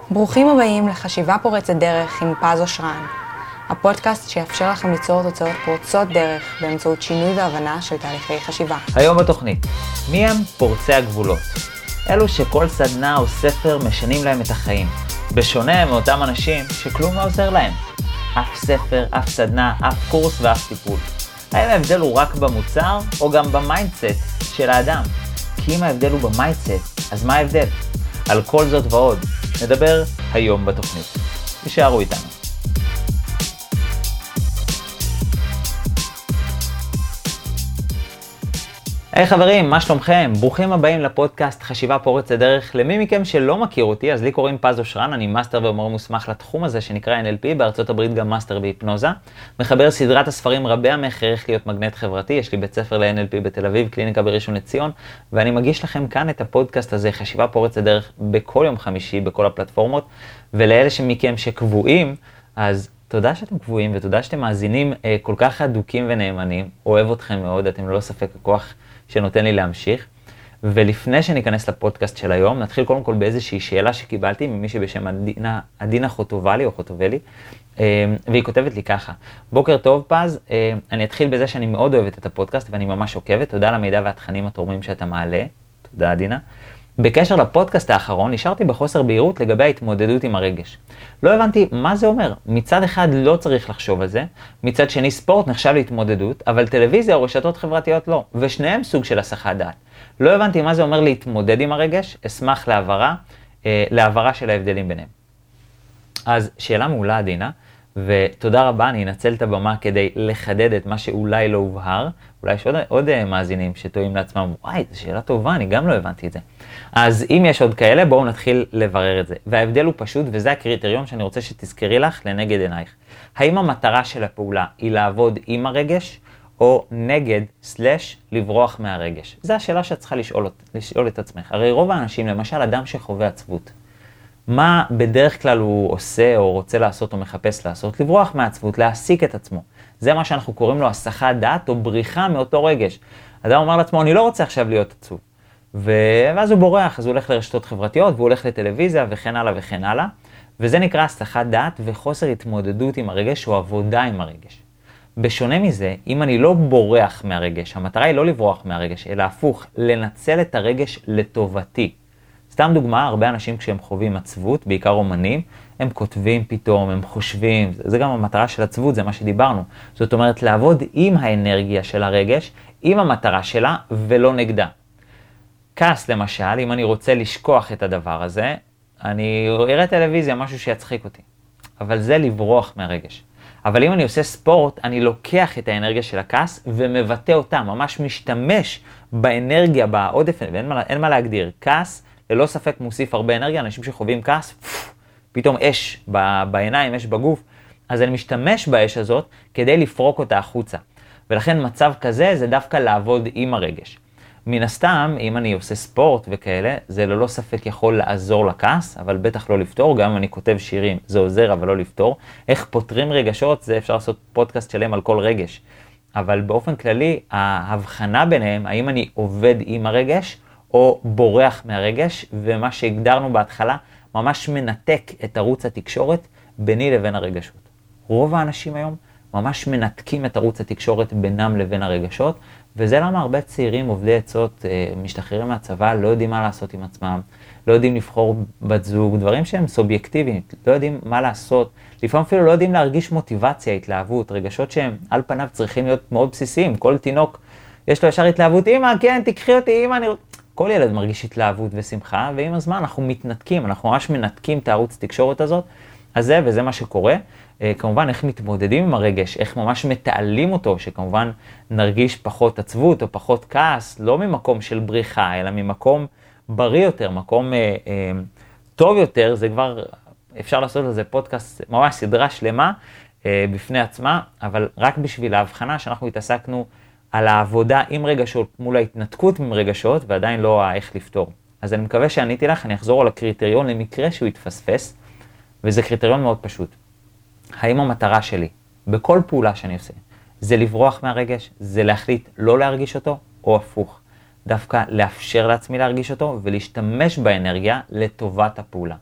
ברוכים הבאים לחשיבה פורצת דרך עם פז אושרן, הפודקאסט שיאפשר לכם ליצור תוצאות פורצות דרך באמצעות שינוי והבנה של תהליכי חשיבה. היום בתוכנית, מי הם פורצי הגבולות? אלו שכל סדנה או ספר משנים להם את החיים, בשונה מאותם אנשים שכלום לא עוזר להם. אף ספר, אף סדנה, אף קורס ואף טיפול. האם ההבדל הוא רק במוצר או גם במיינדסט של האדם? כי אם ההבדל הוא במיינדסט, אז מה ההבדל? על כל זאת ועוד נדבר היום בתוכנית. תישארו איתנו. היי חברים, מה שלומכם? ברוכים הבאים לפודקאסט חשיבה פורצת דרך. למי מכם שלא מכיר אותי, אז לי קוראים פז אושרן, אני מאסטר ומורה מוסמך לתחום הזה שנקרא NLP, בארצות הברית גם מאסטר בהיפנוזה. מחבר סדרת הספרים רבי המחר איך להיות מגנט חברתי, יש לי בית ספר ל-NLP בתל אביב, קליניקה בראשון לציון, ואני מגיש לכם כאן את הפודקאסט הזה, חשיבה פורצת דרך, בכל יום חמישי, בכל הפלטפורמות, ולאלה מכם שקבועים, אז תודה שאתם קבועים ותודה שאתם מאזינים כל כך אדוקים ונאמנים, אוהב אתכם מאוד, אתם לא ספק הכוח שנותן לי להמשיך. ולפני שניכנס לפודקאסט של היום, נתחיל קודם כל באיזושהי שאלה שקיבלתי ממישהי בשם עדינה חוטובלי או חוטובלי, והיא כותבת לי ככה: בוקר טוב פז, אני אתחיל בזה שאני מאוד אוהבת את הפודקאסט ואני ממש עוקבת, תודה על המידע והתכנים התורמים שאתה מעלה, תודה עדינה. בקשר לפודקאסט האחרון, נשארתי בחוסר בהירות לגבי ההתמודדות עם הרגש. לא הבנתי מה זה אומר. מצד אחד לא צריך לחשוב על זה, מצד שני ספורט נחשב להתמודדות, אבל טלוויזיה או רשתות חברתיות לא, ושניהם סוג של הסחת דעת. לא הבנתי מה זה אומר להתמודד עם הרגש, אשמח להעברה של ההבדלים ביניהם. אז שאלה מעולה עדינה, ותודה רבה, אני אנצל את הבמה כדי לחדד את מה שאולי לא הובהר. אולי יש עוד מאזינים שטועים לעצמם, וואי, זו שאלה טובה, אני גם לא הבנתי את זה. אז אם יש עוד כאלה, בואו נתחיל לברר את זה. וההבדל הוא פשוט, וזה הקריטריון שאני רוצה שתזכרי לך לנגד עינייך. האם המטרה של הפעולה היא לעבוד עם הרגש, או נגד לברוח מהרגש? זו השאלה שאת צריכה לשאול את עצמך. הרי רוב האנשים, למשל אדם שחווה עצבות, מה בדרך כלל הוא עושה או רוצה לעשות או מחפש לעשות? לברוח מהעצבות, להעסיק את עצמו. זה מה שאנחנו קוראים לו הסחת דעת או בריחה מאותו רגש. אדם אומר לעצמו, אני לא רוצה עכשיו להיות עצוב. ואז הוא בורח, אז הוא הולך לרשתות חברתיות, והוא הולך לטלוויזיה וכן הלאה וכן הלאה. וזה נקרא הסחת דעת וחוסר התמודדות עם הרגש או עבודה עם הרגש. בשונה מזה, אם אני לא בורח מהרגש, המטרה היא לא לברוח מהרגש, אלא הפוך, לנצל את הרגש לטובתי. סתם דוגמה, הרבה אנשים כשהם חווים עצבות, בעיקר אומנים, הם כותבים פתאום, הם חושבים, זה גם המטרה של עצבות, זה מה שדיברנו. זאת אומרת, לעבוד עם האנרגיה של הרגש, עם המטרה שלה ולא נגדה. כעס למשל, אם אני רוצה לשכוח את הדבר הזה, אני אראה טלוויזיה, משהו שיצחיק אותי. אבל זה לברוח מהרגש. אבל אם אני עושה ספורט, אני לוקח את האנרגיה של הכעס ומבטא אותה, ממש משתמש באנרגיה, בעודף, ואין מה להגדיר. כעס ללא ספק מוסיף הרבה אנרגיה, אנשים שחווים כעס, פתאום אש בעיניים, אש בגוף, אז אני משתמש באש הזאת כדי לפרוק אותה החוצה. ולכן מצב כזה זה דווקא לעבוד עם הרגש. מן הסתם, אם אני עושה ספורט וכאלה, זה ללא ספק יכול לעזור לכעס, אבל בטח לא לפתור, גם אם אני כותב שירים, זה עוזר אבל לא לפתור. איך פותרים רגשות, זה אפשר לעשות פודקאסט שלם על כל רגש. אבל באופן כללי, ההבחנה ביניהם, האם אני עובד עם הרגש, או בורח מהרגש, ומה שהגדרנו בהתחלה, ממש מנתק את ערוץ התקשורת ביני לבין הרגשות. רוב האנשים היום ממש מנתקים את ערוץ התקשורת בינם לבין הרגשות, וזה למה הרבה צעירים עובדי עצות, משתחררים מהצבא, לא יודעים מה לעשות עם עצמם, לא יודעים לבחור בת זוג, דברים שהם סובייקטיביים, לא יודעים מה לעשות, לפעמים אפילו לא יודעים להרגיש מוטיבציה, התלהבות, רגשות שהם על פניו צריכים להיות מאוד בסיסיים. כל תינוק יש לו ישר התלהבות, אמא, כן, תקחי אותי, אמא, כל ילד מרגיש התלהבות ושמחה, ועם הזמן אנחנו מתנתקים, אנחנו ממש מנתקים את הערוץ תקשורת הזאת, אז וזה מה שקורה. כמובן, איך מתמודדים עם הרגש, איך ממש מתעלים אותו, שכמובן נרגיש פחות עצבות או פחות כעס, לא ממקום של בריחה, אלא ממקום בריא יותר, מקום טוב יותר. זה כבר, אפשר לעשות לזה פודקאסט, ממש סדרה שלמה בפני עצמה, אבל רק בשביל ההבחנה שאנחנו התעסקנו על העבודה עם רגשות מול ההתנתקות עם רגשות, ועדיין לא איך לפתור. אז אני מקווה שעניתי לך, אני אחזור על הקריטריון למקרה שהוא יתפספס, וזה קריטריון מאוד פשוט. האם המטרה שלי, בכל פעולה שאני עושה, זה לברוח מהרגש, זה להחליט לא להרגיש אותו, או הפוך. דווקא לאפשר לעצמי להרגיש אותו, ולהשתמש באנרגיה לטובת הפעולה.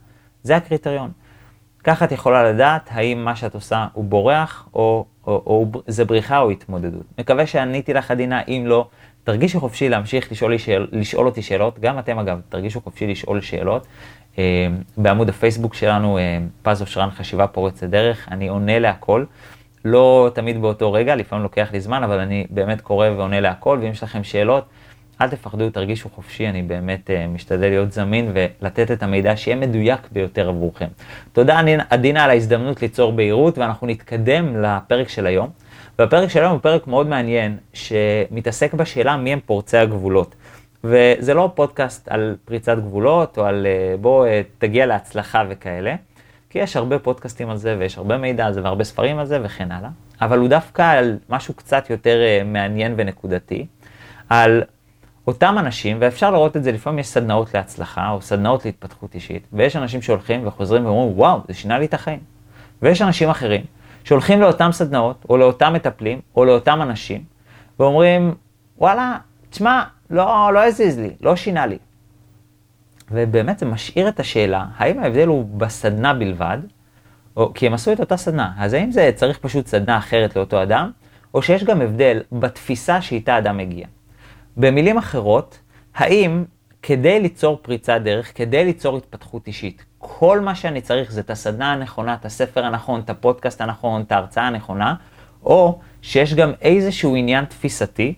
זה הקריטריון. ככה את יכולה לדעת האם מה שאת עושה הוא בורח, או זה בריחה או התמודדות. מקווה שעניתי לך עדינה, אם לא, תרגישו חופשי להמשיך לשאול אותי שאלות, גם אתם אגב, תרגישו חופשי לשאול שאלות. בעמוד הפייסבוק שלנו, פז אושרן חשיבה פורצת דרך, אני עונה להכל, לא תמיד באותו רגע, לפעמים לוקח לי זמן, אבל אני באמת קורא ועונה להכל, ואם יש לכם שאלות, אל תפחדו, תרגישו חופשי, אני באמת משתדל להיות זמין ולתת את המידע שיהיה מדויק ביותר עבורכם. תודה עדינה על ההזדמנות ליצור בהירות, ואנחנו נתקדם לפרק של היום. והפרק של היום הוא פרק מאוד מעניין, שמתעסק בשאלה מי הם פורצי הגבולות. וזה לא פודקאסט על פריצת גבולות, או על בוא תגיע להצלחה וכאלה, כי יש הרבה פודקאסטים על זה, ויש הרבה מידע על זה, והרבה ספרים על זה וכן הלאה. אבל הוא דווקא על משהו קצת יותר מעניין ונקודתי, על אותם אנשים, ואפשר לראות את זה, לפעמים יש סדנאות להצלחה, או סדנאות להתפתחות אישית, ויש אנשים שהולכים וחוזרים ואומרים, וואו, זה שינה לי את החיים. ויש אנשים אחרים שהולכים לאותם סדנאות, או לאותם מטפלים, או לאותם אנשים, ואומרים, וואלה, תשמע, לא הזיז לי, לא שינה לי. ובאמת זה משאיר את השאלה, האם ההבדל הוא בסדנה בלבד, או כי הם עשו את אותה סדנה, אז האם זה צריך פשוט סדנה אחרת לאותו אדם, או שיש גם הבדל בתפיסה שאיתה אדם מגיע. במילים אחרות, האם כדי ליצור פריצת דרך, כדי ליצור התפתחות אישית, כל מה שאני צריך זה את הסדנה הנכונה, את הספר הנכון, את הפודקאסט הנכון, את ההרצאה הנכונה, או שיש גם איזשהו עניין תפיסתי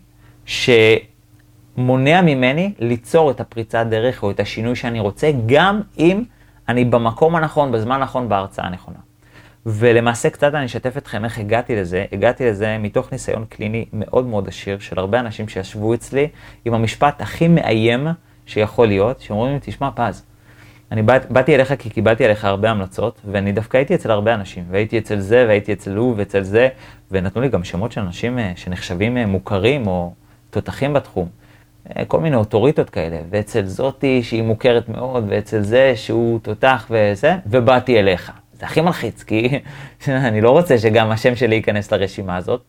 שמונע ממני ליצור את הפריצת דרך או את השינוי שאני רוצה, גם אם אני במקום הנכון, בזמן הנכון, בהרצאה הנכונה. ולמעשה קצת אני אשתף אתכם איך הגעתי לזה. הגעתי לזה מתוך ניסיון קליני מאוד מאוד עשיר של הרבה אנשים שישבו אצלי עם המשפט הכי מאיים שיכול להיות, שאומרים לי, תשמע פז, אני באתי אליך כי קיבלתי עליך הרבה המלצות, ואני דווקא הייתי אצל הרבה אנשים, והייתי אצל זה, והייתי אצל הוא ואצל זה, ונתנו לי גם שמות של אנשים שנחשבים מוכרים או תותחים בתחום, כל מיני אוטוריטות כאלה, ואצל זאתי שהיא מוכרת מאוד, ואצל זה שהוא תותח וזה, ובאתי אליך. זה הכי מלחיץ, כי אני לא רוצה שגם השם שלי ייכנס לרשימה הזאת,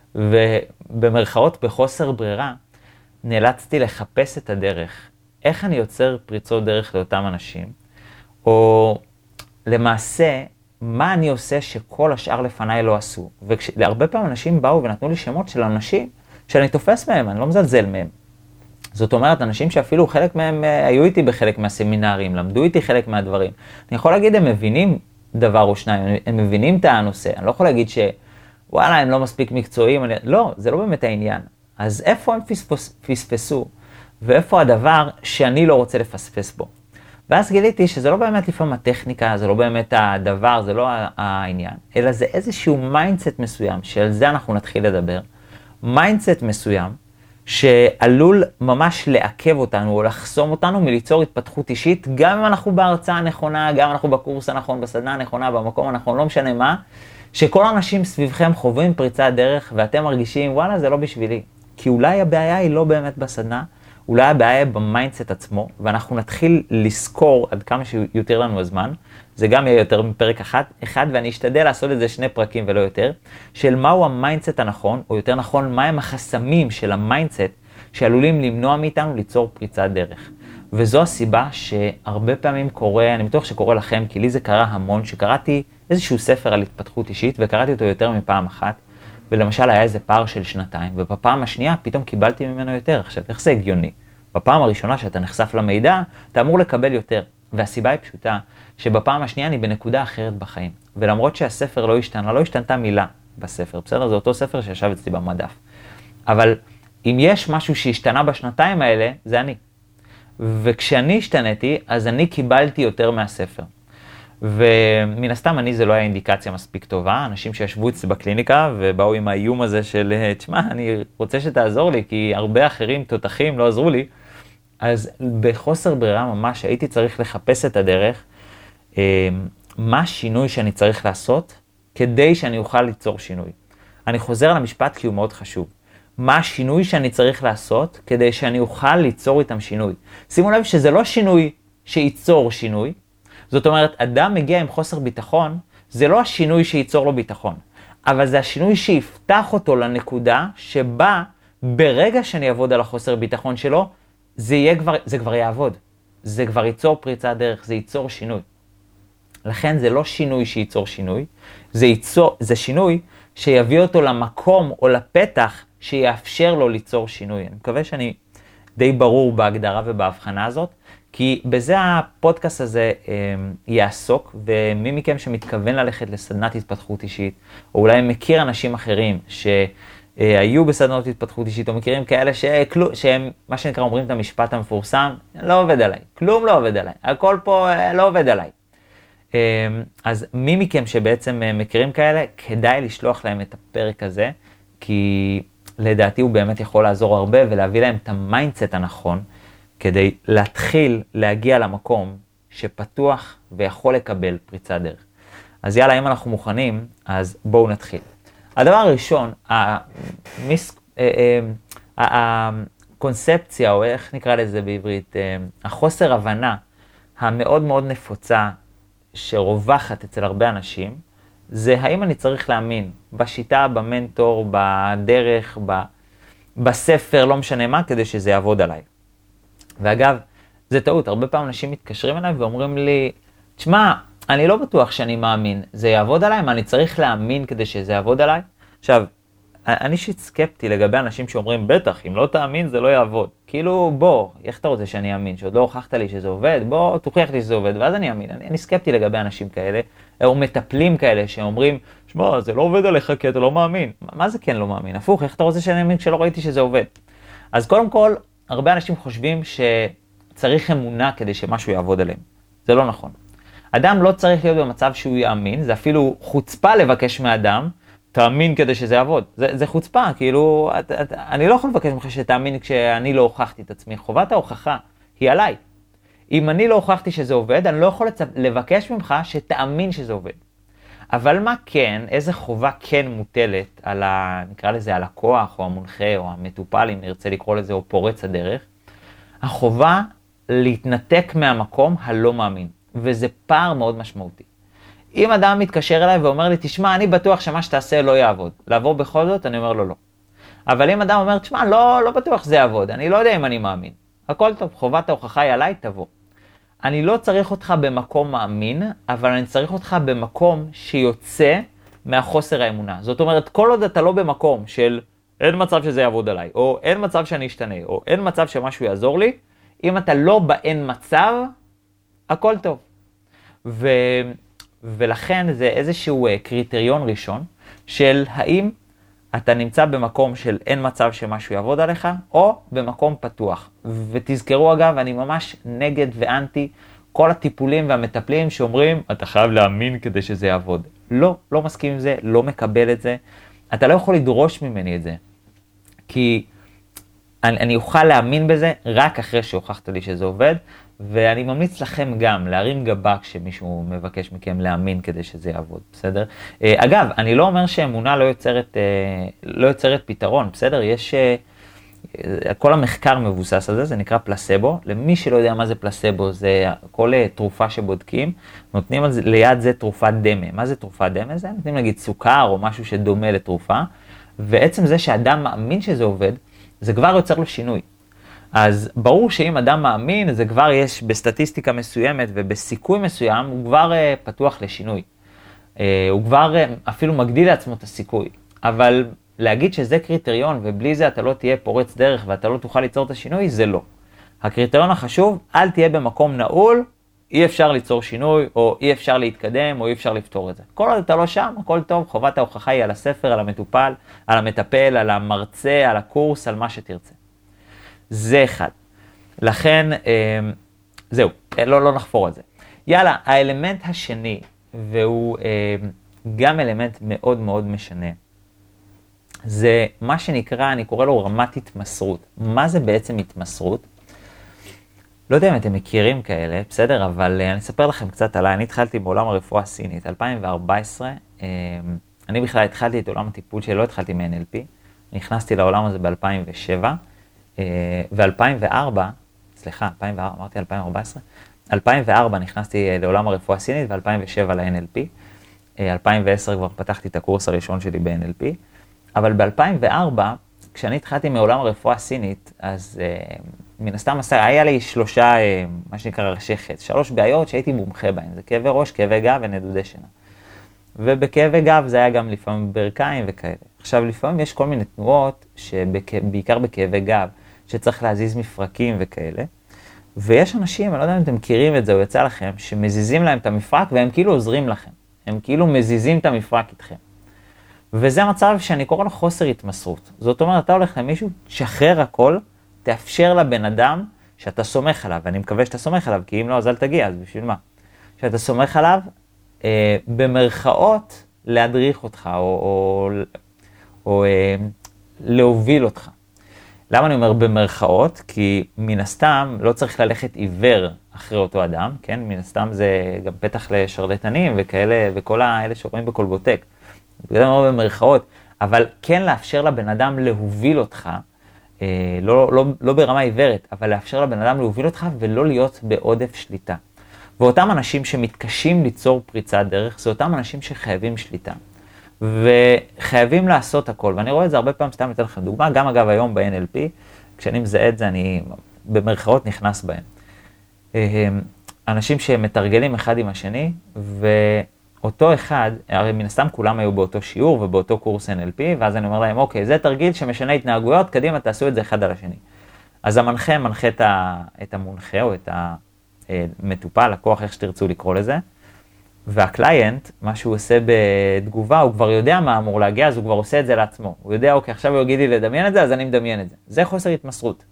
ובמרכאות בחוסר ברירה, נאלצתי לחפש את הדרך. איך אני יוצר פריצות דרך לאותם אנשים, או למעשה, מה אני עושה שכל השאר לפניי לא עשו. והרבה פעמים אנשים באו ונתנו לי שמות של אנשים שאני תופס מהם, אני לא מזלזל מהם. זאת אומרת, אנשים שאפילו חלק מהם היו איתי בחלק מהסמינרים, למדו איתי חלק מהדברים. אני יכול להגיד, הם מבינים דבר או שניים, הם מבינים את הנושא. אני לא יכול להגיד שוואלה, הם לא מספיק מקצועיים. לא, זה לא באמת העניין. אז איפה הם פספסו? ואיפה הדבר שאני לא רוצה לפספס בו? ואז גיליתי שזה לא באמת לפעמים הטכניקה, זה לא באמת הדבר, זה לא העניין, אלא זה איזשהו מיינדסט מסוים, שעל זה אנחנו נתחיל לדבר. מיינדסט מסוים, שעלול ממש לעכב אותנו או לחסום אותנו מליצור התפתחות אישית, גם אם אנחנו בהרצאה הנכונה, גם אם אנחנו בקורס הנכון, בסדנה הנכונה, במקום הנכון, לא משנה מה, שכל האנשים סביבכם חווים פריצת דרך ואתם מרגישים, וואלה, זה לא בשבילי. כי אולי הבעיה היא לא באמת בסדנה, אולי הבעיה היא במיינדסט עצמו, ואנחנו נתחיל לזכור עד כמה שיותר לנו הזמן, זה גם יהיה יותר מפרק אחד, ואני אשתדל לעשות את זה 2 פרקים ולא יותר, של מהו המיינדסט הנכון, או יותר נכון, מהם החסמים של המיינדסט, שעלולים למנוע מאיתנו ליצור פריצת דרך. וזו הסיבה שהרבה פעמים קורה, אני בטוח שקורה לכם, כי לי זה קרה המון, שקראתי איזשהו ספר על התפתחות אישית, וקראתי אותו יותר מפעם אחת, ולמשל היה איזה פער של 2, ובפעם השנייה פתאום קיבלתי ממנו יותר. עכשיו, איך זה הגיוני? בפעם הראשונה שאתה נחשף למידע, אתה אמור לקבל יותר. והסיבה היא פשוטה, שבפעם השנייה אני בנקודה אחרת בחיים. ולמרות שהספר לא השתנה, לא השתנתה מילה בספר. בסדר? זה אותו ספר שישב אצלי במדף. אבל אם יש משהו שהשתנה ב2 האלה, זה אני. וכשאני השתניתי, אז אני קיבלתי יותר מהספר. ומן הסתם זה לא היה אינדיקציה מספיק טובה, אנשים שישבו אצלי בקליניקה ובאו עם האיום הזה של, תשמע, אני רוצה שתעזור לי, כי הרבה אחרים תותחים לא עזרו לי, אז בחוסר ברירה ממש הייתי צריך לחפש את הדרך, מה השינוי שאני צריך לעשות, כדי שאני אוכל ליצור שינוי. אני חוזר על המשפט כי הוא מאוד חשוב. מה השינוי שאני צריך לעשות, כדי שאני אוכל ליצור איתם שינוי. שימו לב שזה לא שינוי שייצור שינוי, זאת אומרת, אדם מגיע עם חוסר ביטחון, זה לא השינוי שייצור לו ביטחון, אבל זה השינוי שיפתח אותו לנקודה שבה ברגע שאני אעבוד על החוסר ביטחון שלו, זה כבר יעבוד. זה כבר ייצור פריצת דרך, זה ייצור שינוי. לכן זה לא שינוי שייצור שינוי, זה שינוי שיביא אותו למקום או לפתח שיאפשר לו ליצור שינוי. אני מקווה שאני די ברור בהגדרה ובהבחנה הזאת, כי בזה הפודקאסט הזה יעסוק, ומי מכם שמתכוון ללכת לסדנת התפתחות אישית, או אולי מכיר אנשים אחרים שהיו בסדנות התפתחות אישית, או מכירים כאלה שהם, מה שנקרא, אומרים את המשפט המפורסם, לא עובד עליי, כלום לא עובד עליי, הכל פה לא עובד עליי. אז מי מכם שבעצם מכירים כאלה, כדאי לשלוח להם את הפרק הזה, כי לדעתי הוא באמת יכול לעזור הרבה ולהביא להם את המיינדסט הנכון, כדי להתחיל להגיע למקום שפתוח ויכול לקבל פריצת דרך. אז יאללה, אם אנחנו מוכנים, אז בואו נתחיל. הדבר הראשון, הקונספציה, או איך נקרא לזה בעברית, החוסר הבנה המאוד מאוד נפוצה שרווחת אצל הרבה אנשים, זה האם אני צריך להאמין בשיטה, במנטור, בדרך, בספר, לא משנה מה, כדי שזה יעבוד עליי. ואגב, זה טעות, הרבה פעמים אנשים מתקשרים אליי ואומרים לי, תשמע, אני לא בטוח שאני מאמין, זה יעבוד עליי? מה אני צריך להאמין כדי שזה יעבוד עליי? עכשיו, אני אישית סקפטי לגבי אנשים שאומרים, בטח, אם לא תאמין זה לא יעבוד. כאילו, בוא, איך אתה רוצה שאני אאמין? שעוד לא הוכחת לי שזה עובד? בוא, תוכיח לי שזה עובד, ואז אני אאמין. אני סקפטי לגבי אנשים כאלה, או מטפלים כאלה שאומרים, שמע, זה לא עובד עליך כי אתה לא מאמין. מה זה כן לא מאמין? הפוך, איך אתה רוצה שאני אאמין כשלא ראיתי שזה עובד? אז קודם כל, הרבה אנשים חושבים שצריך אמונה כדי שמשהו יעבוד עליהם. זה לא נכון. אדם לא צריך להיות במצב שהוא יאמין, זה אפילו חוצפה לבקש מאדם, תאמין כדי שזה יעבוד. זה חוצפה, כאילו, אני לא יכול לבקש ממך שתאמין כשאני לא הוכחתי את עצמי. חובת ההוכחה היא עליי. אם אני לא הוכחתי שזה עובד, אני לא יכול לבקש ממך שתאמין שזה עובד. אבל מה כן, איזה חובה כן מוטלת על נקרא לזה, הלקוח או המונחה או המטופל, אם נרצה לקרוא לזה, או פורץ הדרך, החובה להתנתק מהמקום הלא מאמין. וזה פער מאוד משמעותי. אם אדם מתקשר אליי ואומר לי, תשמע, אני בטוח שמה שתעשה לא יעבוד. לעבור בכל זאת, אני אומר לו לא. אבל אם אדם אומר, תשמע, לא בטוח זה יעבוד, אני לא יודע אם אני מאמין. הכל טוב, חובת ההוכחה היא עליי, תבוא. אני לא צריך אותך במקום מאמין, אבל אני צריך אותך במקום שיוצא מהחוסר האמונה. זאת אומרת, כל עוד אתה לא במקום של אין מצב שזה יעבוד עליי, או אין מצב שאני אשתנה, או אין מצב שמשהו יעזור לי, אם אתה לא באין מצב, הכל טוב. ולכן זה איזשהו קריטריון ראשון של האם אתה נמצא במקום של אין מצב שמשהו יעבוד עליך, או במקום פתוח. ותזכרו אגב, אני ממש נגד ואנטי כל הטיפולים והמטפלים שאומרים, אתה חייב להאמין כדי שזה יעבוד. לא מסכים עם זה, לא מקבל את זה. אתה לא יכול לדרוש ממני את זה. כי אני אוכל להאמין בזה רק אחרי שהוכחת לי שזה עובד, ואני ממליץ לכם גם להרים גבה כשמישהו מבקש מכם להאמין כדי שזה יעבוד, בסדר? אגב, אני לא אומר שאמונה לא יוצרת פתרון, בסדר? כל המחקר מבוסס על זה, זה נקרא פלסבו. למי שלא יודע מה זה פלסבו, זה כל תרופה שבודקים, נותנים ליד זה תרופת דמה. מה זה תרופת דמה? זה נותנים נגיד סוכר או משהו שדומה לתרופה, ועצם זה שאדם מאמין שזה עובד, זה כבר יוצר לו שינוי. אז ברור שאם אדם מאמין, זה כבר יש בסטטיסטיקה מסוימת ובסיכוי מסוים, הוא כבר פתוח לשינוי. הוא כבר אפילו מגדיל לעצמו את הסיכוי. אבל להגיד שזה קריטריון ובלי זה אתה לא תהיה פורץ דרך ואתה לא תוכל ליצור את השינוי, זה לא. הקריטריון החשוב, אל תהיה במקום נעול, אי אפשר ליצור שינוי, או אי אפשר להתקדם, או אי אפשר לפתור את זה. כל עוד אתה לא שם, הכל טוב, חובת ההוכחה היא על הספר, על המטופל, על המטפל, על המרצה, על הקורס, על מה שתרצה. זה אחד. לכן, זהו, לא נחפור על זה. יאללה, האלמנט השני, והוא גם אלמנט מאוד מאוד משנה, זה מה שנקרא, אני קורא לו רמת התמסרות. מה זה בעצם התמסרות? לא יודע אם אתם מכירים כאלה, בסדר, אבל אני אספר לכם קצת עליי. אני התחלתי בעולם הרפואה הסינית, 2014. אני בכלל התחלתי את עולם הטיפול שלי, לא התחלתי מ-NLP. נכנסתי לעולם הזה ב-2007, ו-2004, סליחה, 2004, אמרתי 2014, 2004 נכנסתי לעולם הרפואה הסינית, ו-2007 ל-NLP. 2010 כבר פתחתי את הקורס הראשון שלי ב-NLP. אבל ב-2004, כשאני התחלתי מעולם הרפואה הסינית, אז מן הסתם היה לי 3, מה שנקרא ראשי חץ, 3 בעיות שהייתי מומחה בהן, זה כאבי ראש, כאבי גב ונדודי שינה. ובכאבי גב זה היה גם לפעמים ברכיים וכאלה. עכשיו לפעמים יש כל מיני תנועות, בעיקר בכאבי גב, שצריך להזיז מפרקים וכאלה, ויש אנשים, אני לא יודע אם אתם מכירים את זה או יצא לכם, שמזיזים להם את המפרק והם כאילו עוזרים לכם. הם כאילו מזיזים את המפרק איתכם. וזה מצב שאני קורא לו חוסר התמסרות. זאת אומרת, אתה הולך למישהו, תשחרר הכל, תאפשר לבן אדם שאתה סומך עליו, ואני מקווה שאתה סומך עליו, כי אם לא, אז אל תגיע, אז בשביל מה? שאתה סומך עליו, במרכאות להדריך אותך, או להוביל אותך. למה אני אומר במרכאות? כי מן הסתם לא צריך ללכת עיוור אחרי אותו אדם, כן? מן הסתם זה גם פתח לשרלטנים וכאלה, וכל האלה שרואים בקולבוטק. בגלל זה אני אומר במרכאות, אבל כן לאפשר לבן אדם להוביל אותך, לא ברמה עיוורת, אבל לאפשר לבן אדם להוביל אותך ולא להיות בעודף שליטה. ואותם אנשים שמתקשים ליצור פריצת דרך, זה אותם אנשים שחייבים שליטה. וחייבים לעשות הכל, ואני רואה את זה הרבה פעמים, סתם אתן לכם דוגמה, גם אגב היום ב-NLP, כשאני מזהה את זה, אני במרכאות נכנס בהם. אנשים שמתרגלים אחד עם השני, ואותו אחד, הרי מן הסתם כולם היו באותו שיעור ובאותו קורס NLP, ואז אני אומר להם, אוקיי, זה תרגיל שמשנה התנהגויות, קדימה תעשו את זה אחד על השני. אז המנחה מנחה את המונחה או את המטופל, לקוח, איך שתרצו לקרוא לזה, והקליינט, מה שהוא עושה בתגובה, הוא כבר יודע מה אמור להגיע, אז הוא כבר עושה את זה לעצמו. הוא יודע, אוקיי, עכשיו הוא יגיד לי לדמיין את זה, אז אני מדמיין את זה. זה חוסר התמסרות.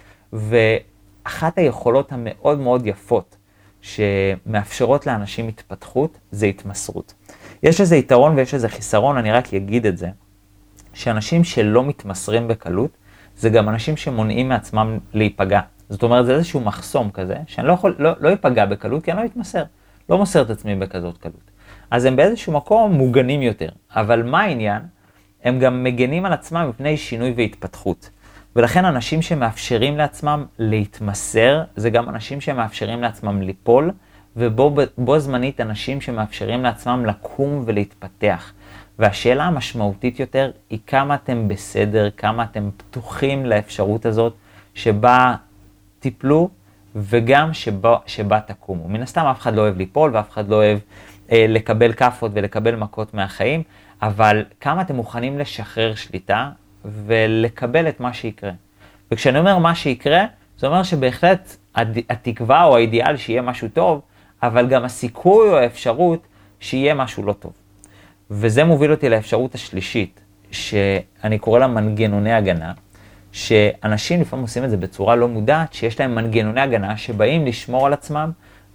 ואחת היכולות המאוד מאוד יפות, שמאפשרות לאנשים התפתחות, זה התמסרות. יש איזה יתרון ויש איזה חיסרון, אני רק אגיד את זה, שאנשים שלא מתמסרים בקלות, זה גם אנשים שמונעים מעצמם להיפגע. זאת אומרת, זה איזשהו מחסום כזה, שאני לא ייפגע בקלות, כי אני לא מתמסר. לא מוסר את עצמי בכזאת קלות. אז הם באיזשהו מקום מוגנים יותר. אבל מה העניין? הם גם מגנים על עצמם מפני שינוי והתפתחות. ולכן אנשים שמאפשרים לעצמם להתמסר, זה גם אנשים שמאפשרים לעצמם ליפול, ובו זמנית אנשים שמאפשרים לעצמם לקום ולהתפתח. והשאלה המשמעותית יותר היא כמה אתם בסדר, כמה אתם פתוחים לאפשרות הזאת, שבה תיפלו, וגם שבה תקומו. מן הסתם אף אחד לא אוהב ליפול, ואף אחד לא אוהב לקבל כפות ולקבל מכות מהחיים, אבל כמה אתם מוכנים לשחרר שליטה ולקבל את מה שיקרה. וכשאני אומר מה שיקרה, זה אומר שבהחלט התקווה או האידיאל שיהיה משהו טוב, אבל גם הסיכוי או האפשרות שיהיה משהו לא טוב. וזה מוביל אותי לאפשרות השלישית, שאני קורא לה מנגנוני הגנה, שאנשים לפעמים עושים את זה בצורה לא מודעת, שיש להם מנגנוני הגנה שבאים לשמור על עצמם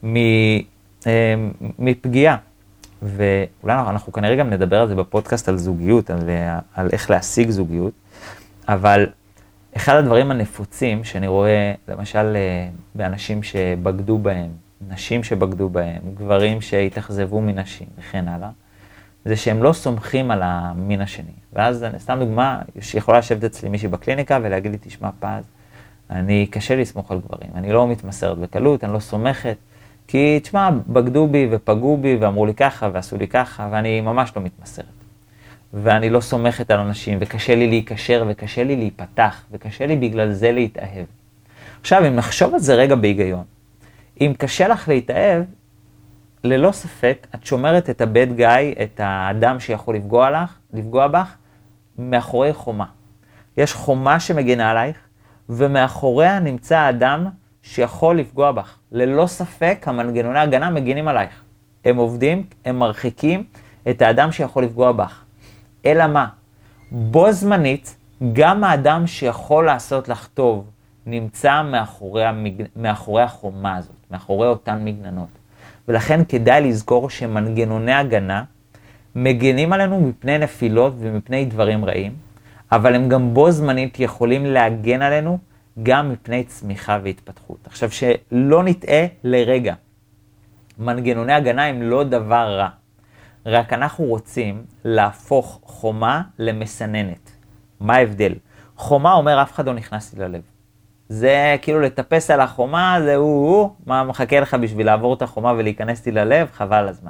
מפגיעה. ואולי אנחנו כנראה גם נדבר על זה בפודקאסט על זוגיות, על איך להשיג זוגיות, אבל אחד הדברים הנפוצים שאני רואה, למשל באנשים שבגדו בהם, נשים שבגדו בהם, גברים שהתאכזבו מנשים וכן הלאה, זה שהם לא סומכים על המין השני. ואז, סתם דוגמה, יכולה לשבת אצלי מישהי בקליניקה ולהגיד לי, תשמע פז, אני קשה לסמוך על גברים, אני לא מתמסרת בקלות, אני לא סומכת, כי תשמע, בגדו בי ופגעו בי ואמרו לי ככה ועשו לי ככה, ואני ממש לא מתמסרת. ואני לא סומכת על אנשים, וקשה לי להיקשר, וקשה לי להיפתח, וקשה לי בגלל זה להתאהב. עכשיו, אם נחשוב על זה רגע בהיגיון, אם קשה לך להתאהב, ללא ספק, את שומרת את הבד גאי, את האדם שיכול לפגוע בך, מאחורי חומה. יש חומה שמגנה עלייך, ומאחוריה נמצא האדם שיכול לפגוע בך. ללא ספק, המנגנוני הגנה מגינים עלייך. הם עובדים, הם מרחיקים את האדם שיכול לפגוע בך. אלא מה? בו זמנית, גם האדם שיכול לעשות לך טוב, נמצא מאחורי החומה הזאת, מאחורי אותן מגננות. ולכן כדאי לזכור שמנגנוני הגנה מגנים עלינו מפני נפילות ומפני דברים רעים, אבל הם גם בו זמנית יכולים להגן עלינו גם מפני צמיחה והתפתחות. עכשיו שלא נטעה לרגע, מנגנוני הגנה הם לא דבר רע, רק אנחנו רוצים להפוך חומה למסננת. מה ההבדל? חומה אומר אף אחד לא נכנס לי ללב. זה כאילו לטפס על החומה, זה מה מחכה לך בשביל לעבור את החומה ולהיכנס לי ללב, חבל הזמן.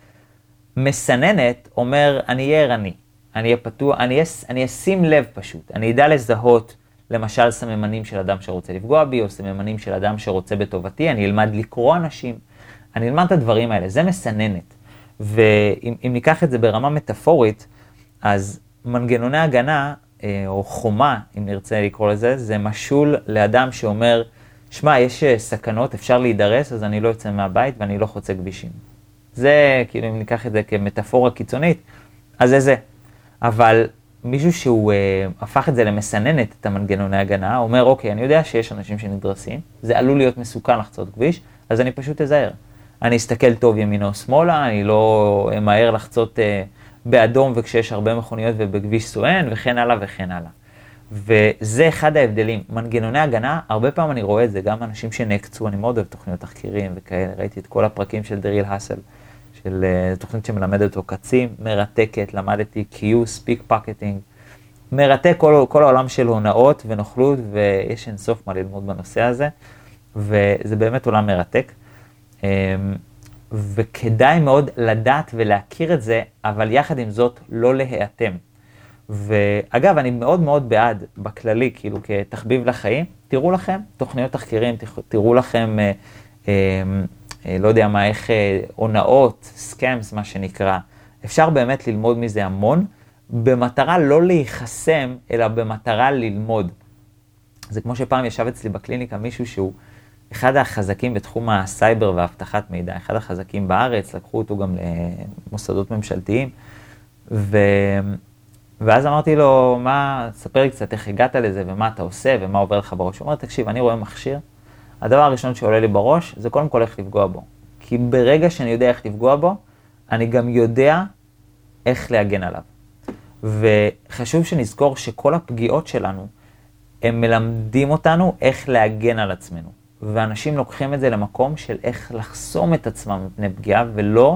מסננת אומר, אני אהיה ערני, אני אהיה פתוח, אני אשים לב פשוט, אני אדע לזהות למשל סממנים של אדם שרוצה לפגוע בי, או סממנים של אדם שרוצה בטובתי, אני אלמד לקרוא אנשים, אני אלמד את הדברים האלה, זה מסננת. ואם ניקח את זה ברמה מטאפורית, אז מנגנוני הגנה, או חומה, אם נרצה לקרוא לזה, זה משול לאדם שאומר, שמע, יש סכנות, אפשר להידרס, אז אני לא יוצא מהבית ואני לא חוצה כבישים. זה, כאילו, אם ניקח את זה כמטאפורה קיצונית, אז זה. אבל מישהו שהוא הפך את זה למסננת, את המנגנוני הגנה, אומר, אוקיי, אני יודע שיש אנשים שנדרסים, זה עלול להיות מסוכן לחצות כביש, אז אני פשוט אזהר. אני אסתכל טוב ימינה או שמאלה, אני לא אמהר לחצות באדום וכשיש הרבה מכוניות ובכביש סואן, וכן הלאה וכן הלאה. וזה אחד ההבדלים. מנגנוני הגנה, הרבה פעמים אני רואה את זה, גם אנשים שנקצו, אני מאוד אוהב תוכניות תחקירים וכאלה, ראיתי את כל הפרקים של דריל האסל, של תוכנית שמלמדת אותו קצים, מרתקת, למדתי קיו, ספיק פאקטינג, מרתק כל העולם של הונאות ונוכלות, ויש אינסוף מה ללמוד בנושא הזה, וזה באמת עולם מרתק. וכדאי מאוד לדעת ולהכיר את זה, אבל יחד עם זאת לא להיאטם. ואגב, אני מאוד מאוד בעד בכללי, כאילו כתחביב לחיים, תראו לכם תוכניות תחקירים, תראו לכם, לא יודע מה, איך הונאות, סקאמס, מה שנקרא. אפשר באמת ללמוד מזה המון, במטרה לא להיחסם, אלא במטרה ללמוד. זה כמו שפעם ישב אצלי בקליניקה מישהו שהוא אחד החזקים בתחום הסייבר והבטחת מידע, אחד החזקים בארץ, לקחו אותו גם למוסדות ממשלתיים, ואז אמרתי לו, ספר לי קצת איך הגעת לזה, ומה אתה עושה, ומה עובר לך בראש. הוא אומר, תקשיב, אני רואה מכשיר, הדבר הראשון שעולה לי בראש, זה קודם כל איך לפגוע בו. כי ברגע שאני יודע איך לפגוע בו, אני גם יודע איך להגן עליו. וחשוב שנזכור שכל הפגיעות שלנו, הם מלמדים אותנו איך להגן על עצמנו. ואנשים לוקחים את זה למקום של איך לחסום את עצמם מפני פגיעה, ולא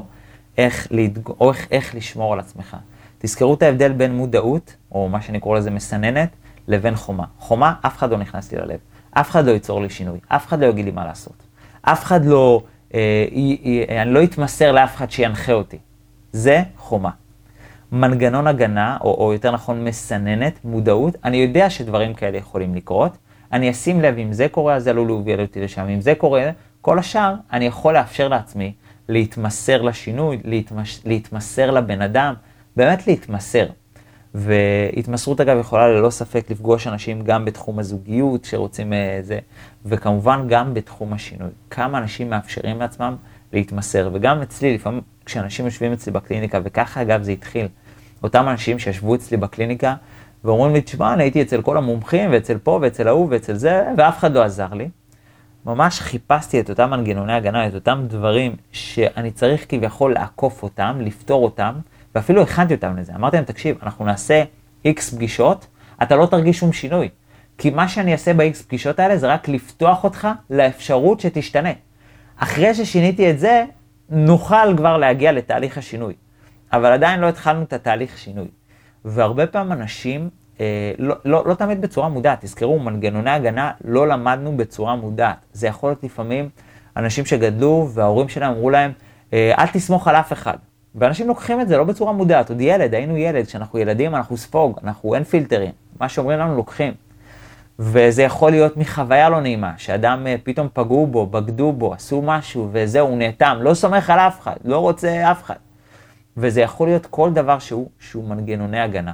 איך לשמור על עצמך. תזכרו את ההבדל בין מודעות, או מה שאני קורא לזה מסננת, לבין חומה. חומה, אף אחד לא נכנס לי ללב. אף אחד לא ייצור לי שינוי. אף אחד לא יגיד לי מה לעשות. אף אחד לא, אני לא אתמסר לאף אחד שינחה אותי. זה חומה. מנגנון הגנה, או יותר נכון מסננת, מודעות, אני יודע שדברים כאלה יכולים לקרות. אני אשים לב אם זה קורה, אז זה עלול להוביל אותי לשם. אם זה קורה, כל השאר, אני יכול לאפשר לעצמי להתמסר לשינוי, להתמסר לבן אדם, באמת להתמסר. והתמסרות אגב יכולה ללא ספק לפגוש אנשים גם בתחום הזוגיות שרוצים זה, וכמובן גם בתחום השינוי. כמה אנשים מאפשרים לעצמם להתמסר, וגם אצלי, לפעמים כשאנשים יושבים אצלי בקליניקה, וככה אגב זה התחיל, אותם אנשים שישבו אצלי בקליניקה, ואומרים לי, תשמע, אני הייתי אצל כל המומחים, ואצל פה, ואצל ההוא, ואצל זה, ואף אחד לא עזר לי. ממש חיפשתי את אותם מנגנוני הגנה, את אותם דברים שאני צריך כביכול לעקוף אותם, לפתור אותם, ואפילו הכנתי אותם לזה. אמרתי להם, תקשיב, אנחנו נעשה X פגישות, אתה לא תרגיש שום שינוי. כי מה שאני אעשה ב-X פגישות האלה זה רק לפתוח אותך לאפשרות שתשתנה. אחרי ששיניתי את זה, נוכל כבר להגיע לתהליך השינוי. אבל עדיין לא התחלנו את התהליך שינוי. והרבה פעמים אנשים, לא תמיד בצורה מודעת, תזכרו, מנגנוני הגנה לא למדנו בצורה מודעת. זה יכול להיות לפעמים אנשים שגדלו וההורים שלהם אמרו להם, אל תסמוך על אף אחד. ואנשים לוקחים את זה לא בצורה מודעת, עוד ילד, היינו ילד, כשאנחנו ילדים אנחנו ספוג, אין פילטרים, מה שאומרים לנו לוקחים. וזה יכול להיות מחוויה לא נעימה, שאדם פתאום פגעו בו, בגדו בו, עשו משהו, וזהו, הוא נאטם, לא סומך על אף אחד, לא רוצה אף אחד. וזה יכול להיות כל דבר שהוא מנגנוני הגנה.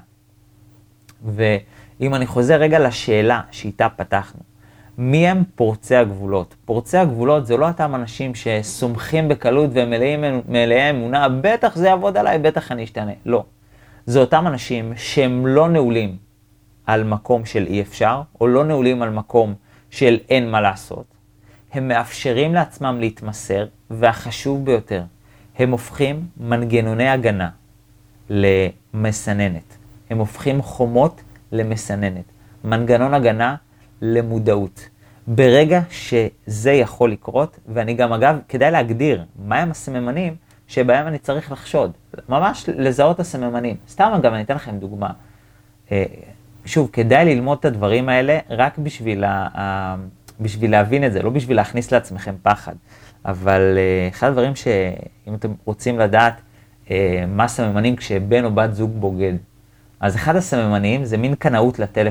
ואם אני חוזר רגע לשאלה שאיתה פתחנו, מי הם פורצי הגבולות? פורצי הגבולות זה לא אותם אנשים שסומכים בקלות ומלאים אמונה, בטח זה יעבוד עליי, בטח אני אשתנה. לא. זה אותם אנשים שהם לא נעולים על מקום של אי אפשר, או לא נעולים על מקום של אין מה לעשות. הם מאפשרים לעצמם להתמסר, והחשוב ביותר, הם הופכים מנגנוני הגנה למסננת. הם הופכים חומות למסננת. מנגנון הגנה למודעות. ברגע שזה יכול לקרות, ואני גם אגב, כדאי להגדיר מהם הסממנים שבהם אני צריך לחשוד. ממש לזהות הסממנים. סתם אגב, אני אתן לכם דוגמה. שוב, כדאי ללמוד את הדברים האלה רק בשביל להבין את זה, לא בשביל להכניס לעצמכם פחד. אבל אחד הדברים שאם אתם רוצים לדעת מה הסממנים כשבן או בת זוג בוגד, אז אחד הסממנים זה מין קנאות לטלפון.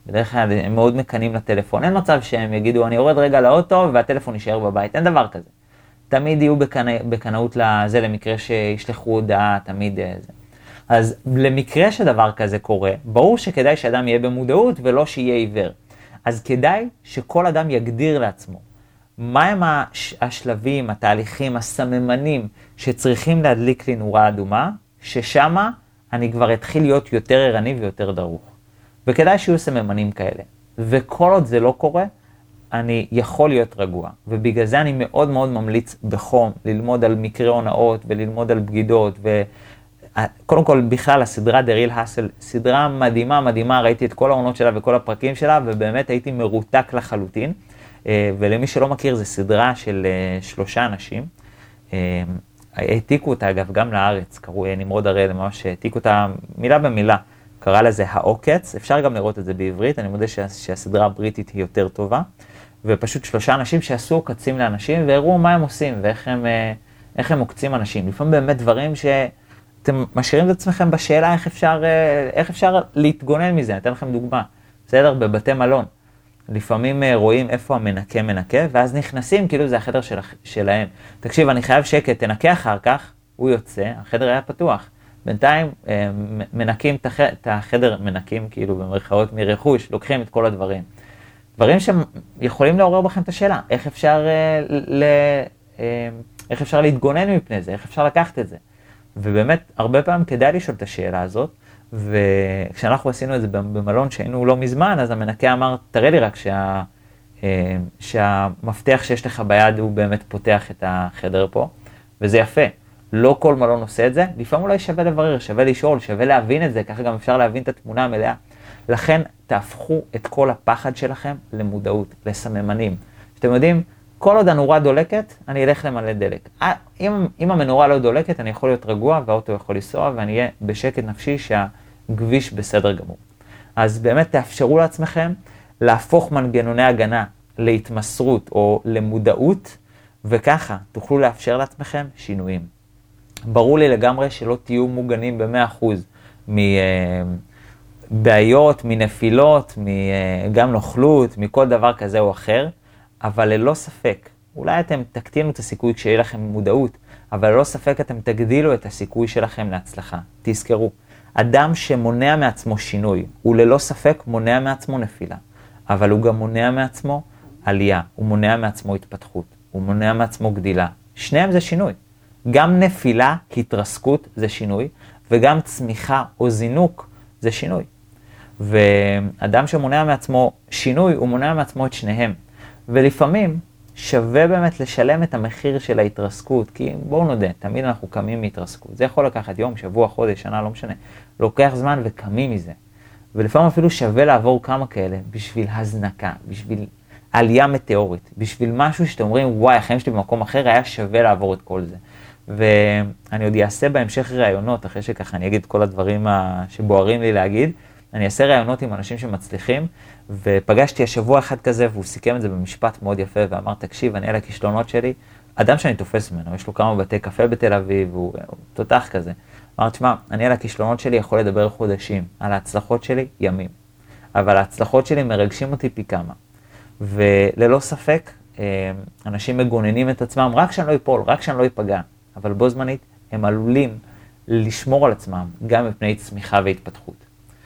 בדרך כלל הם מאוד מקנים לטלפון. אין מצב שהם יגידו, אני יורד רגע לאוטו והטלפון יישאר בבית. אין דבר כזה. תמיד יהיו בקנאות לזה, למקרה שישלחו הודעה, תמיד זה. אז למקרה שדבר כזה קורה, ברור שכדאי שאדם יהיה במודעות ולא שיהיה עיוור. אז כדאי שכל אדם יגדיר לעצמו מהם השלבים, התהליכים, הסממנים שצריכים להדליק לי נורה אדומה, ששמה אני כבר אתחיל להיות יותר ערני ויותר דרוך. וכדאי שיהיו סממנים כאלה. וכל עוד זה לא קורה, אני יכול להיות רגוע. ובגלל זה אני מאוד מאוד ממליץ בחום ללמוד על מקרי הונאות וללמוד על בגידות. קודם כל, בכלל, הסדרה The Real Hustle, סדרה מדהימה, מדהימה, ראיתי את כל העונות שלה וכל הפרקים שלה, ובאמת הייתי מרותק לחלוטין. ולמי שלא מכיר, זו סדרה של 3 אנשים. העתיקו אותה, אגב, גם לארץ, קראו נמרוד הראל, ממש העתיקו אותה מילה במילה. קרא לזה העוקץ, אפשר גם לראות את זה בעברית, אני מודה שהסדרה הבריטית היא יותר טובה. ופשוט 3 אנשים שעשו עוקצים לאנשים, והראו מה הם עושים, ואיך הם עוקצים אנשים. לפעמים באמת דברים שאתם משאירים את עצמכם בשאלה איך אפשר להתגונן מזה. אני אתן לכם דוגמה, בסדר? בבתי מלון. לפעמים רואים איפה המנקה מנקה, ואז נכנסים, כאילו זה החדר שלהם. תקשיב, אני חייב שקט, תנקה אחר כך, הוא יוצא, החדר היה פתוח. בינתיים מנקים את החדר, מנקים כאילו במרכאות מרכוש, לוקחים את כל הדברים. דברים שיכולים לעורר בכם את השאלה, איך אפשר להתגונן מפני זה, איך אפשר לקחת את זה. ובאמת, הרבה פעמים כדאי לשאול את השאלה הזאת, וכשאנחנו עשינו את זה במלון שהיינו לא מזמן, אז המנקה אמר, תראה לי רק שהמפתח שיש לך ביד הוא באמת פותח את החדר פה, וזה יפה. לא כל מלון עושה את זה, לפעמים אולי שווה לברר, שווה לשאול, שווה להבין את זה, ככה גם אפשר להבין את התמונה המלאה. לכן תהפכו את כל הפחד שלכם למודעות, לסממנים. שאתם יודעים, כל עוד הנורה דולקת, אני אלך למלא דלק. אם המנורה לא דולקת, אני יכול להיות רגוע, והאוטו יכול לנסוע, ואני אהיה בשקט נפשי שהכביש בסדר גמור. אז באמת תאפשרו לעצמכם להפוך מנגנוני הגנה להתמסרות או למודעות, וככה תוכלו לאפשר לעצמכם שינויים. ברור לי לגמרי שלא תהיו מוגנים ב100% מבעיות, מנפילות, גם נוכלות, מכל דבר כזה או אחר, אבל ללא ספק, אולי אתם תקטינו את הסיכוי כשיהיה לכם מודעות, אבל ללא ספק אתם תגדילו את הסיכוי שלכם להצלחה. תזכרו, אדם שמונע מעצמו שינוי, הוא ללא ספק מונע מעצמו נפילה, אבל הוא גם מונע מעצמו עלייה, הוא מונע מעצמו התפתחות, הוא מונע מעצמו גדילה. שניהם זה שינוי. גם נפילה, התרסקות זה שינוי, וגם צמיחה או זינוק זה שינוי. ואדם שמונע מעצמו שינוי, הוא מונע מעצמו את שניהם. ולפעמים שווה באמת לשלם את המחיר של ההתרסקות, כי בואו נודה, תמיד אנחנו קמים מהתרסקות. זה יכול לקחת יום, שבוע, חודש, שנה, לא משנה. לוקח זמן וקמים מזה. ולפעמים אפילו שווה לעבור כמה כאלה בשביל הזנקה, בשביל עלייה מטאורית, בשביל משהו שאתם אומרים, וואי, החיים שלי במקום אחר היה שווה לעבור את כל זה. ואני עוד אעשה בהמשך ראיונות, אחרי שככה אני אגיד כל הדברים שבוערים לי להגיד, אני אעשה ראיונות עם אנשים שמצליחים, ופגשתי השבוע אחד כזה, והוא סיכם את זה במשפט מאוד יפה, ואמר, תקשיב, אני על הכישלונות שלי, אדם שאני תופס ממנו, יש לו כמה בתי קפה בתל אביב, הוא תותח כזה. אמר, תשמע, אני על הכישלונות שלי יכול לדבר חודשים, על ההצלחות שלי ימים, אבל ההצלחות שלי מרגשים אותי פי כמה. וללא ספק, אנשים מגוננים את עצמם, רק שאני לא אפול, רק שאני לא אפגע, אבל בו זמנית הם עלולים לשמור על עצמם, גם מפני צמיחה והתפתחות.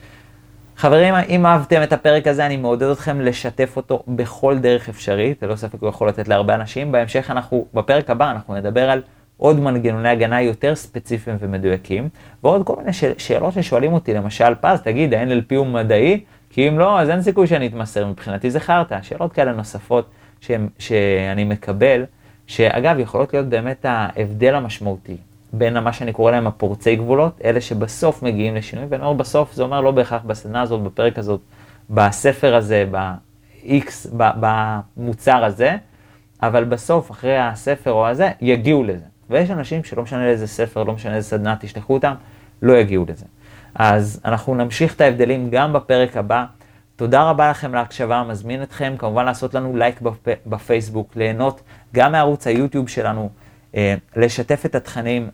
חברים, אם אהבתם את הפרק הזה, אני מעודד אתכם לשתף אותו בכל דרך אפשרית, ללא ספק הוא יכול לתת להרבה אנשים. בהמשך בפרק הבא אנחנו נדבר על עוד מנגנוני הגנה יותר ספציפיים ומדויקים, ועוד כל מיני שאלות ששואלים אותי, למשל, פז, תגיד, ה-NLP הוא מדעי? כי אם לא, אז אין סיכוי שאני אתמסר, מבחינתי זה חרטא. שאלות כאלה נוספות שאני מקבל, שאגב יכולות להיות באמת ההבדל המשמעותי בין מה שאני קורא להם הפורצי גבולות, אלה שבסוף מגיעים לשינוי, ואני אומר בסוף, זה אומר לא בהכרח בסדנה הזאת, בפרק הזאת, בספר הזה, ב-X, במוצר הזה, אבל בסוף, אחרי הספר או הזה, יגיעו לזה. ויש אנשים שלא משנה לאיזה ספר, לא משנה איזה סדנה, תשלחו אותם, לא יגיעו לזה. אז אנחנו נמשיך את ההבדלים גם בפרק הבא. תודה רבה לכם להקשבה, מזמין אתכם כמובן לעשות לנו לייק בפייסבוק, ליהנות גם מערוץ היוטיוב שלנו, לשתף את התכנים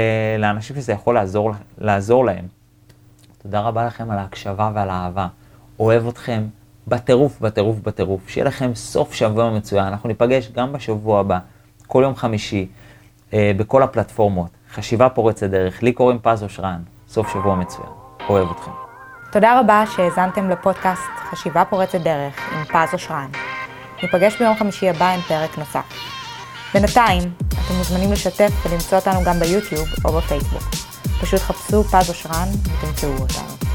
לאנשים שזה יכול לעזור להם. תודה רבה לכם על ההקשבה ועל האהבה. אוהב אתכם בטירוף, בטירוף, בטירוף. שיהיה לכם סוף שבוע מצוין. אנחנו ניפגש גם בשבוע הבא, כל יום חמישי, בכל הפלטפורמות. חשיבה פורצת דרך. לי קוראים פז אושרן. סוף שבוע מצוין. אוהב אתכם. תודה רבה שהאזנתם לפודקאסט חשיבה פורצת דרך עם פז אושרן. ניפגש ביום חמישי הבא עם פרק נוסף. בינתיים, אתם מוזמנים לשתף ולמצוא אותנו גם ביוטיוב או בפייסבוק. פשוט חפשו פז אושרן ותמצאו אותנו.